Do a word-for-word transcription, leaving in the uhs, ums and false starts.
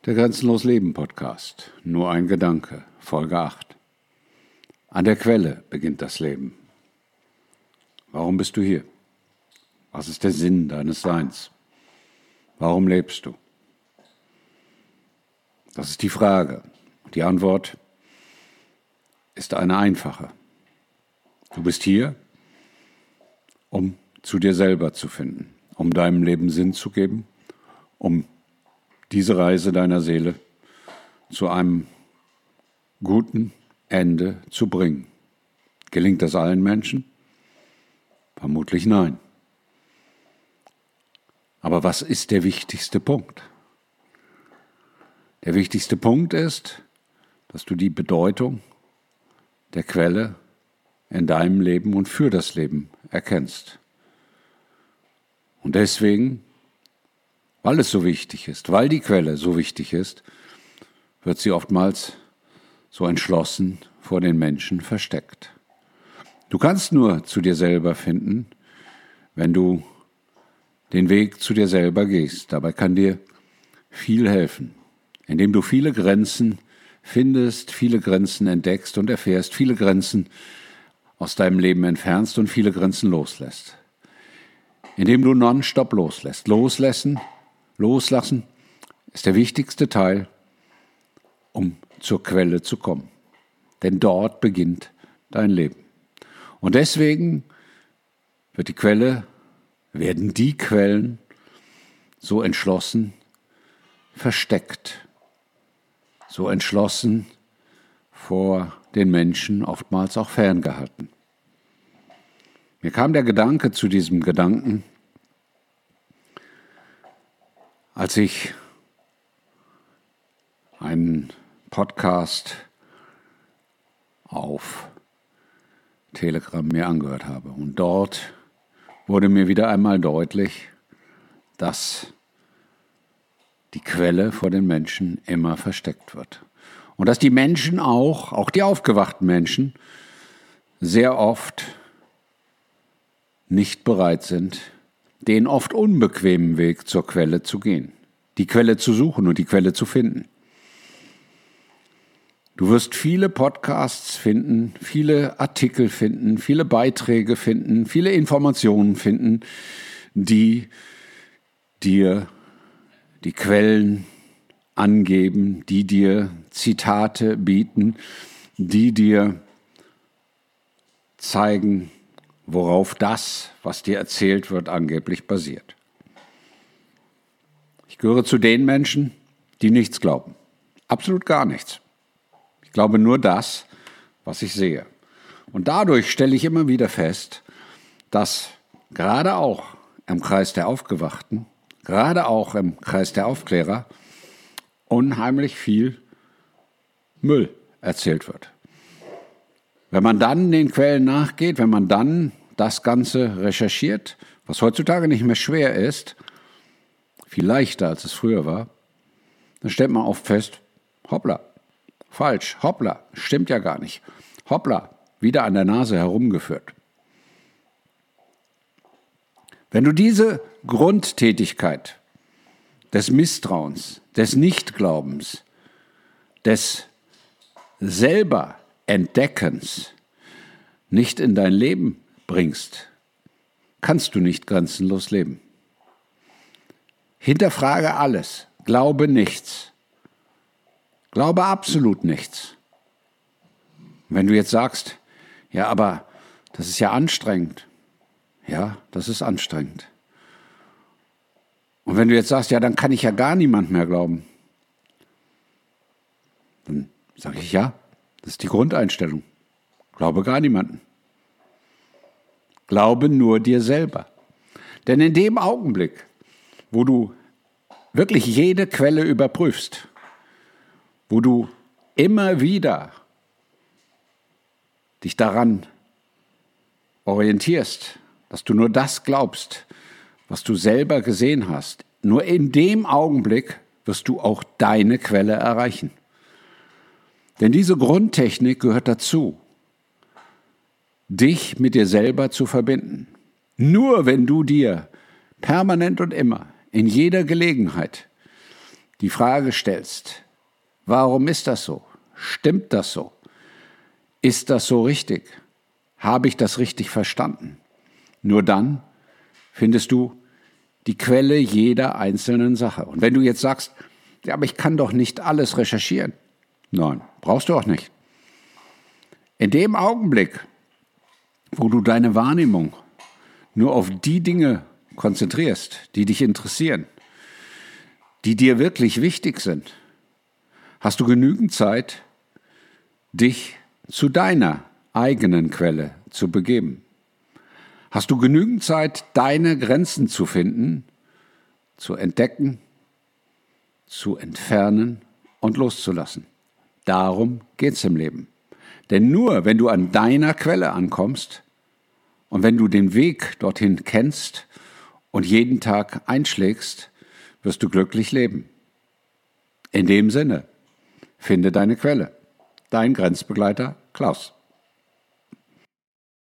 Der Grenzenlos Leben Podcast. Nur ein Gedanke. Folge acht. An der Quelle beginnt das Leben. Warum bist du hier? Was ist der Sinn deines Seins? Warum lebst du? Das ist die Frage. Und die Antwort ist eine einfache. Du bist hier, um zu dir selber zu finden, um deinem Leben Sinn zu geben, um diese Reise deiner Seele zu einem guten Ende zu bringen. Gelingt das allen Menschen? Vermutlich nein. Aber was ist der wichtigste Punkt? Der wichtigste Punkt ist, dass du die Bedeutung der Quelle in deinem Leben und für das Leben erkennst. Und deswegen, weil es so wichtig ist, weil die Quelle so wichtig ist, wird sie oftmals so entschlossen vor den Menschen versteckt. Du kannst nur zu dir selber finden, wenn du den Weg zu dir selber gehst. Dabei kann dir viel helfen, indem du viele Grenzen findest, viele Grenzen entdeckst und erfährst, viele Grenzen aus deinem Leben entfernst und viele Grenzen loslässt. Indem du nonstop loslässt. Loslassen, loslassen ist der wichtigste Teil, um zur Quelle zu kommen. Denn dort beginnt dein Leben. Und deswegen wird die Quelle, werden die Quellen so entschlossen versteckt, so entschlossen vor den Menschen oftmals auch ferngehalten. Mir kam der Gedanke zu diesem Gedanken, als ich einen Podcast auf Telegram mir angehört habe. Und dort wurde mir wieder einmal deutlich, dass die Quelle vor den Menschen immer versteckt wird. Und dass die Menschen auch, auch die aufgewachten Menschen, sehr oft nicht bereit sind, den oft unbequemen Weg zur Quelle zu gehen, die Quelle zu suchen und die Quelle zu finden. Du wirst viele Podcasts finden, viele Artikel finden, viele Beiträge finden, viele Informationen finden, die dir die Quellen angeben, die dir Zitate bieten, die dir zeigen, worauf das, was dir erzählt wird, angeblich basiert. Ich gehöre zu den Menschen, die nichts glauben. Absolut gar nichts. Ich glaube nur das, was ich sehe. Und dadurch stelle ich immer wieder fest, dass gerade auch im Kreis der Aufgewachten, gerade auch im Kreis der Aufklärer, unheimlich viel Müll erzählt wird. Wenn man dann den Quellen nachgeht, wenn man dann das Ganze recherchiert, was heutzutage nicht mehr schwer ist, viel leichter als es früher war, dann stellt man oft fest, hoppla, falsch, hoppla, stimmt ja gar nicht, hoppla, wieder an der Nase herumgeführt. Wenn du diese Grundtätigkeit des Misstrauens, des Nichtglaubens, des selber Entdeckens nicht in dein Leben bringst, kannst du nicht grenzenlos leben. Hinterfrage alles, glaube nichts, glaube absolut nichts. Wenn du jetzt sagst, ja, aber das ist ja anstrengend. Ja, das ist anstrengend. Und wenn du jetzt sagst, ja, dann kann ich ja gar niemand mehr glauben. Dann sage ich, ja, das ist die Grundeinstellung. Glaube gar niemanden. Glaube nur dir selber. Denn in dem Augenblick, wo du wirklich jede Quelle überprüfst, wo du immer wieder dich daran orientierst, dass du nur das glaubst, was du selber gesehen hast, nur in dem Augenblick wirst du auch deine Quelle erreichen. Denn diese Grundtechnik gehört dazu, dich mit dir selber zu verbinden. Nur wenn du dir permanent und immer, in jeder Gelegenheit, die Frage stellst, warum ist das so? Stimmt das so? Ist das so richtig? Habe ich das richtig verstanden? Nur dann findest du die Quelle jeder einzelnen Sache. Und wenn du jetzt sagst, ja, aber ich kann doch nicht alles recherchieren. Nein, brauchst du auch nicht. In dem Augenblick, wo du deine Wahrnehmung nur auf die Dinge konzentrierst, die dich interessieren, die dir wirklich wichtig sind, hast du genügend Zeit, dich zu deiner eigenen Quelle zu begeben. Hast du genügend Zeit, deine Grenzen zu finden, zu entdecken, zu entfernen und loszulassen. Darum geht's im Leben. Denn nur wenn du an deiner Quelle ankommst und wenn du den Weg dorthin kennst und jeden Tag einschlägst, wirst du glücklich leben. In dem Sinne, finde deine Quelle. Dein Grenzbegleiter Klaus.